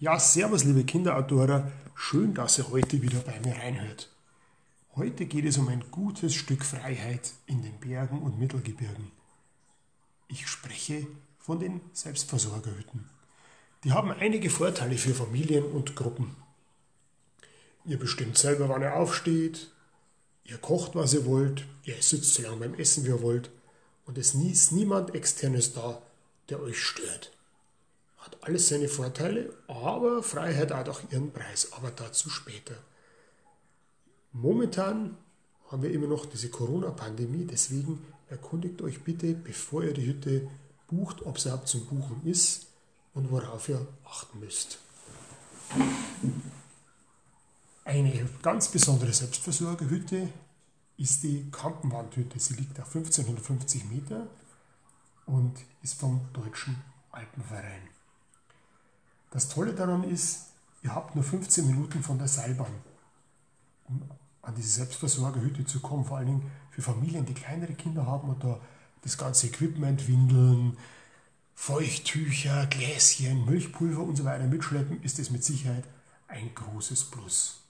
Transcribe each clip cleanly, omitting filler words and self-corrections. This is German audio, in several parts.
Ja, servus liebe Kinderautoren, schön, dass ihr heute wieder bei mir reinhört. Heute geht es um ein gutes Stück Freiheit in den Bergen und Mittelgebirgen. Ich spreche von den Selbstversorgerhütten. Die haben einige Vorteile für Familien und Gruppen. Ihr bestimmt selber, wann ihr aufsteht, ihr kocht, was ihr wollt, ihr sitzt so lange beim Essen, wie ihr wollt und es ist niemand Externes da, der euch stört. Hat alles seine Vorteile, aber Freiheit hat auch ihren Preis, aber dazu später. Momentan haben wir immer noch diese Corona-Pandemie, deswegen erkundigt euch bitte, bevor ihr die Hütte bucht, ob es überhaupt zum Buchen ist und worauf ihr achten müsst. Eine ganz besondere Selbstversorgerhütte ist die Kampenwandhütte. Sie liegt auf 1550 Meter und ist vom Deutschen Alpenverein. Das Tolle daran ist, ihr habt nur 15 Minuten von der Seilbahn, um an diese Selbstversorgerhütte zu kommen. Vor allen Dingen für Familien, die kleinere Kinder haben und da das ganze Equipment, Windeln, Feuchttücher, Gläschen, Milchpulver und so weiter mitschleppen, ist es mit Sicherheit ein großes Plus.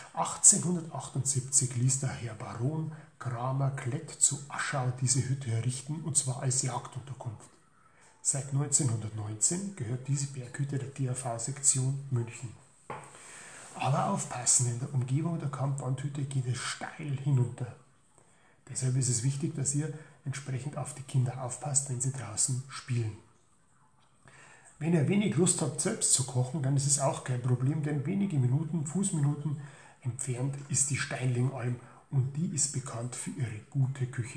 1878 ließ der Herr Baron Kramer Klett zu Aschau diese Hütte errichten, und zwar als Jagdunterkunft. Seit 1919 gehört diese Berghütte der DRV-Sektion München. Aber aufpassen, in der Umgebung der Kampenwandhütte geht es steil hinunter. Deshalb ist es wichtig, dass ihr entsprechend auf die Kinder aufpasst, wenn sie draußen spielen. Wenn ihr wenig Lust habt, selbst zu kochen, dann ist es auch kein Problem, denn wenige Minuten, Fußminuten entfernt ist die Steinlingalm und die ist bekannt für ihre gute Küche.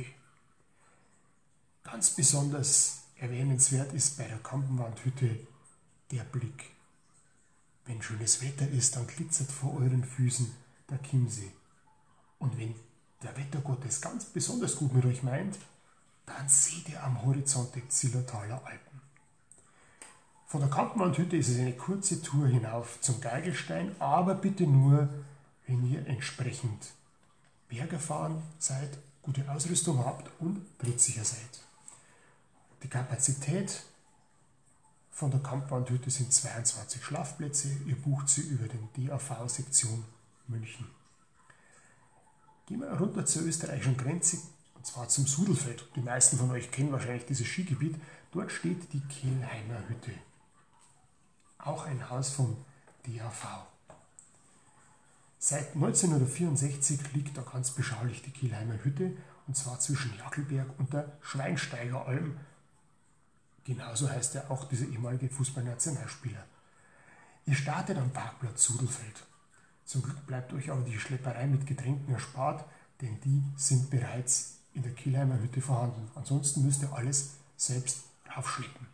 Ganz besonders erwähnenswert ist bei der Kampenwandhütte der Blick. Wenn schönes Wetter ist, dann glitzert vor euren Füßen der Chiemsee. Und wenn der Wettergott es ganz besonders gut mit euch meint, dann seht ihr am Horizont die Zillertaler Alpen. Von der Kampenwandhütte ist es eine kurze Tour hinauf zum Geigelstein, aber bitte nur, wenn ihr entsprechend bergerfahren seid, gute Ausrüstung habt und trittsicher seid. Die Kapazität von der Kampenwandhütte sind 22 Schlafplätze. Ihr bucht sie über den DAV-Sektion München. Gehen wir runter zur österreichischen Grenze, und zwar zum Sudelfeld. Die meisten von euch kennen wahrscheinlich dieses Skigebiet. Dort steht die Kelheimer Hütte. Auch ein Haus vom DAV. Seit 1964 liegt da ganz beschaulich die Kelheimer Hütte, und zwar zwischen Jackelberg und der Schweinsteigeralm. Genauso heißt ja auch dieser ehemalige Fußballnationalspieler. Ihr startet am Parkplatz Sudelfeld. Zum Glück bleibt euch aber die Schlepperei mit Getränken erspart, denn die sind bereits in der Kelheimer Hütte vorhanden. Ansonsten müsst ihr alles selbst raufschleppen.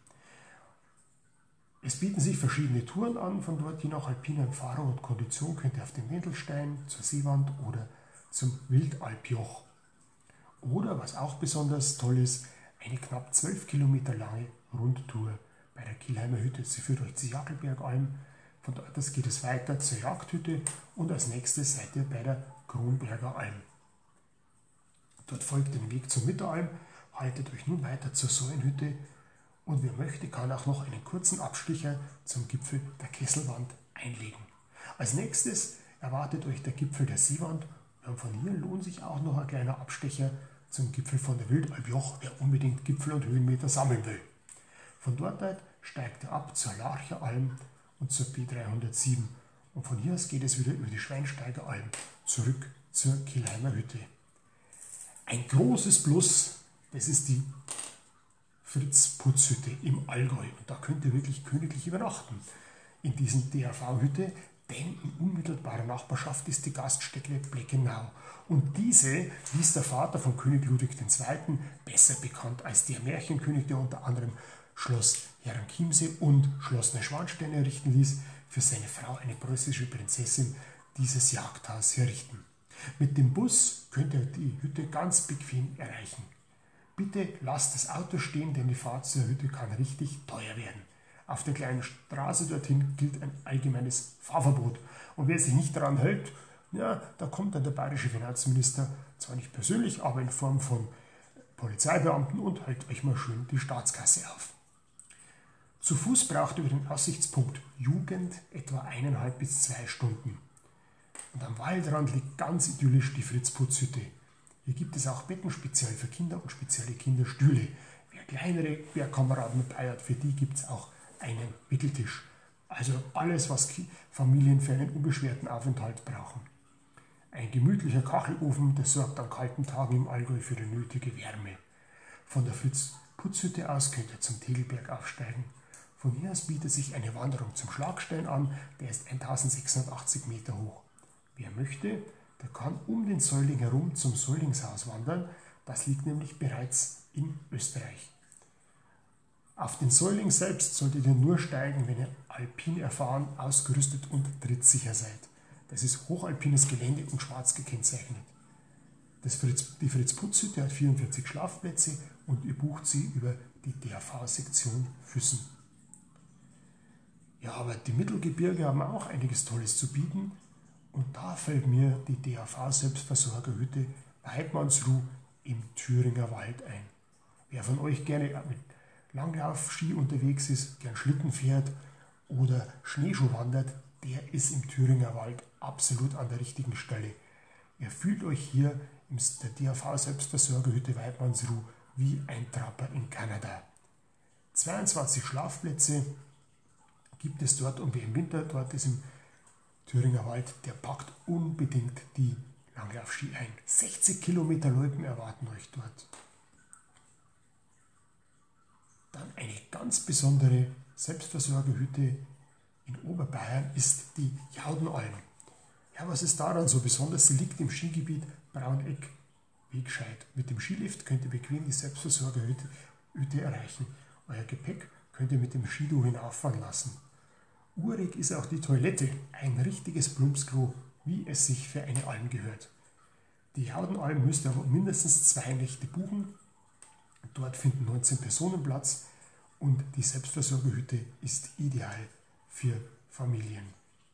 Es bieten sich verschiedene Touren an, von dort je nach alpiner Erfahrung und Kondition könnt ihr auf den Wendelstein, zur Seewand oder zum Wildalpjoch. Oder, was auch besonders toll ist, eine knapp 12 Kilometer lange Rundtour bei der Kelheimer Hütte. Sie führt euch zur Jackelbergalm, von dort aus geht es weiter zur Jagdhütte und als nächstes seid ihr bei der Kronberger Alm. Dort folgt den Weg zur Mitteralm, haltet euch nun weiter zur Säulenhütte und wer möchte, kann auch noch einen kurzen Abstecher zum Gipfel der Kesselwand einlegen. Als nächstes erwartet euch der Gipfel der Seewand und von hier lohnt sich auch noch ein kleiner Abstecher zum Gipfel von der Wildalpjoch, wer unbedingt Gipfel und Höhenmeter sammeln will. Von dort steigt er ab zur Larcher Alm und zur B307 und von hier aus geht es wieder über die Schweinsteigeralm zurück zur Kelheimer Hütte. Ein großes Plus, das ist die Fritz-Putzhütte im Allgäu und da könnt ihr wirklich königlich übernachten in diesen DAV-Hütte, denn in unmittelbarer Nachbarschaft ist die Gaststätte Bleckenau. Und diese ließ der Vater von König Ludwig II., besser bekannt als der Märchenkönig, der unter anderem Schloss Herrenchiemsee und Schloss Neuschwanstein errichten ließ, für seine Frau, eine preußische Prinzessin, dieses Jagdhaus errichten. Mit dem Bus könnt ihr die Hütte ganz bequem erreichen. Bitte lasst das Auto stehen, denn die Fahrt zur Hütte kann richtig teuer werden. Auf der kleinen Straße dorthin gilt ein allgemeines Fahrverbot. Und wer sich nicht daran hält, ja, da kommt dann der bayerische Finanzminister, zwar nicht persönlich, aber in Form von Polizeibeamten und hält euch mal schön die Staatskasse auf. Zu Fuß braucht ihr über den Aussichtspunkt Jugend etwa 1,5 bis 2 Stunden. Und am Waldrand liegt ganz idyllisch die Fritz-Putz-Hütte. Hier gibt es auch Betten speziell für Kinder und spezielle Kinderstühle. Wer kleinere Bergkameraden dabei hat, für die gibt es auch einen Wickeltisch. Also alles, was Familien für einen unbeschwerten Aufenthalt brauchen. Ein gemütlicher Kachelofen, der sorgt an kalten Tagen im Allgäu für die nötige Wärme. Von der Fritz-Putz-Hütte aus könnt ihr zum Tegelberg aufsteigen. Von hier aus bietet sich eine Wanderung zum Schlagstein an, der ist 1680 Meter hoch. Wer möchte, der kann um den Säuling herum zum Säulingshaus wandern, das liegt nämlich bereits in Österreich. Auf den Säuling selbst solltet ihr nur steigen, wenn ihr alpin erfahren, ausgerüstet und trittsicher seid. Das ist hochalpines Gelände und schwarz gekennzeichnet. Die Fritz-Putz-Hütte hat 44 Schlafplätze und ihr bucht sie über die DAV-Sektion Füssen. Ja, aber die Mittelgebirge haben auch einiges Tolles zu bieten und da fällt mir die DAV-Selbstversorgerhütte Weidmannsruh im Thüringer Wald ein. Wer von euch gerne mit Langlauf-Ski unterwegs ist, gern Schlitten fährt oder Schneeschuh wandert, der ist im Thüringer Wald absolut an der richtigen Stelle. Ihr fühlt euch hier in der DAV-Selbstversorgerhütte Weidmannsruh wie ein Trapper in Kanada. 22 Schlafplätze gibt es dort und wer im Winter dort ist im Thüringer Wald, der packt unbedingt die Langlaufski ein. 60 Kilometer Loipen erwarten euch dort. Dann eine ganz besondere Selbstversorgerhütte in Oberbayern ist die Jaudenalm. Ja, was ist daran so besonders? Sie liegt im Skigebiet Brauneck-Wegscheid. Mit dem Skilift könnt ihr bequem die Selbstversorgerhütte erreichen. Euer Gepäck könnt ihr mit dem Skidu hinauffahren lassen. Urig ist auch die Toilette, ein richtiges Plumpsklo, wie es sich für eine Alm gehört. Die Jaudenalm müsst ihr aber mindestens 2 Nächte buchen. Dort finden 19 Personen Platz und die Selbstversorgerhütte ist ideal für Familien.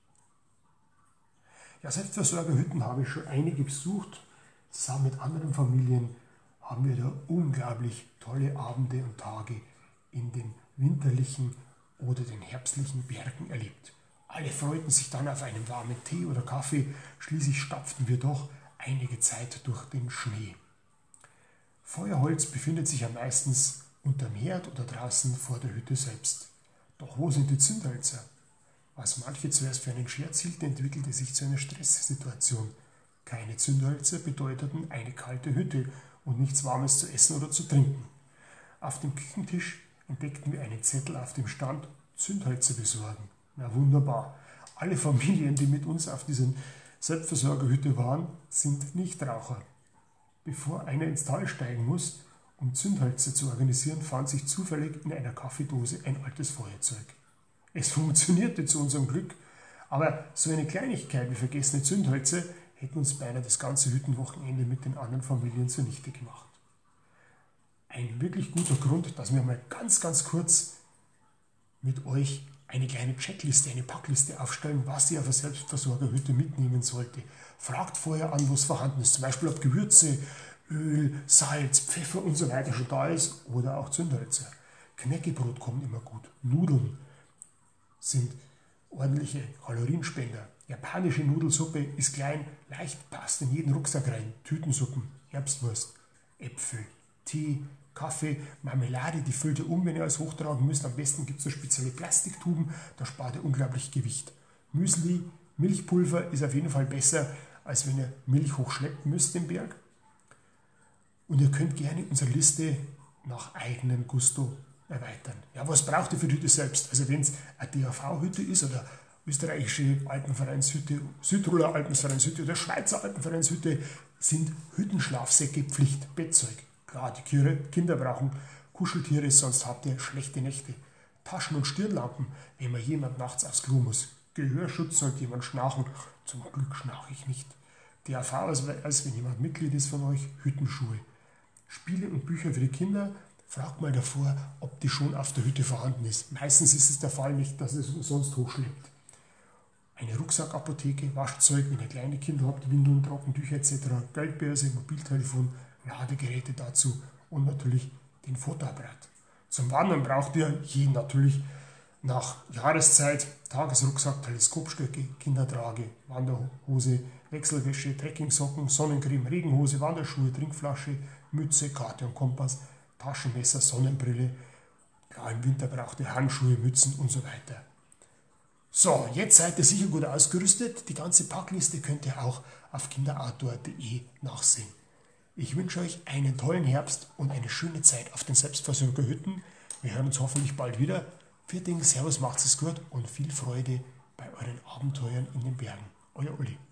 Ja, Selbstversorgerhütten habe ich schon einige besucht. Zusammen mit anderen Familien haben wir da unglaublich tolle Abende und Tage in den winterlichen oder den herbstlichen Bergen erlebt. Alle freuten sich dann auf einen warmen Tee oder Kaffee, schließlich stapften wir doch einige Zeit durch den Schnee. Feuerholz befindet sich ja meistens unterm Herd oder draußen vor der Hütte selbst. Doch wo sind die Zündhölzer? Was manche zuerst für einen Scherz hielten, entwickelte sich zu einer Stresssituation. Keine Zündhölzer bedeuteten eine kalte Hütte und nichts Warmes zu essen oder zu trinken. Auf dem Küchentisch entdeckten wir einen Zettel auf dem Stand Zündhölzer besorgen. Na wunderbar. Alle Familien, die mit uns auf dieser Selbstversorgerhütte waren, sind Nichtraucher. Bevor einer ins Tal steigen muss, um Zündhölzer zu organisieren, fand sich zufällig in einer Kaffeedose ein altes Feuerzeug. Es funktionierte zu unserem Glück, aber so eine Kleinigkeit wie vergessene Zündhölzer hätten uns beinahe das ganze Hüttenwochenende mit den anderen Familien zunichte gemacht. Ein wirklich guter Grund, dass wir mal ganz kurz mit euch eine kleine Checkliste, eine Packliste aufstellen, was ihr auf eine Selbstversorgerhütte mitnehmen sollte. Fragt vorher an, was vorhanden ist, zum Beispiel ob Gewürze, Öl, Salz, Pfeffer und so weiter schon da ist oder auch Zündhölzer. Knäckebrot kommt immer gut, Nudeln sind ordentliche Kalorienspender. Japanische Nudelsuppe ist klein, leicht, passt in jeden Rucksack rein. Tütensuppen, Herbstwurst, Äpfel, Tee, Kaffee, Marmelade, die füllt ihr wenn ihr alles hochtragen müsst. Am besten gibt es so spezielle Plastiktuben, da spart ihr unglaublich Gewicht. Müsli, Milchpulver ist auf jeden Fall besser, als wenn ihr Milch hochschleppen müsst im Berg. Und ihr könnt gerne unsere Liste nach eigenem Gusto erweitern. Ja, was braucht ihr für die Hütte selbst? Also wenn es eine DAV-Hütte ist oder österreichische Alpenvereinshütte, Südtiroler Alpenvereinshütte oder Schweizer Alpenvereinshütte, sind Hüttenschlafsäcke Pflicht, Bettzeug. Klar, die Kinder brauchen Kuscheltiere, sonst habt ihr schlechte Nächte. Taschen- und Stirnlampen, wenn man jemand nachts aufs Klo muss. Gehörschutz, sollte jemand schnarchen. Zum Glück schnarche ich nicht. DAV, als wenn jemand Mitglied ist von euch, Hüttenschuhe. Spiele und Bücher für die Kinder, fragt mal davor, ob die schon auf der Hütte vorhanden ist. Meistens ist es der Fall nicht, dass es sonst hochschleppt. Eine Rucksackapotheke, Waschzeug, wenn ihr kleine Kinder habt, Windeln, Trockentücher etc., Geldbörse, Mobiltelefon, Ladegeräte dazu und natürlich den Fotoapparat. Zum Wandern braucht ihr natürlich nach Jahreszeit Tagesrucksack, Teleskopstöcke, Kindertrage, Wanderhose, Wechselwäsche, Trekkingsocken, Sonnencreme, Regenhose, Wanderschuhe, Trinkflasche, Mütze, Karte und Kompass, Taschenmesser, Sonnenbrille. Ja, im Winter braucht ihr Handschuhe, Mützen und so weiter. So, jetzt seid ihr sicher gut ausgerüstet. Die ganze Packliste könnt ihr auch auf kinderoutdoor.de nachsehen. Ich wünsche euch einen tollen Herbst und eine schöne Zeit auf den Selbstversorgerhütten. Wir hören uns hoffentlich bald wieder. Servus, macht's es gut und viel Freude bei euren Abenteuern in den Bergen. Euer Uli.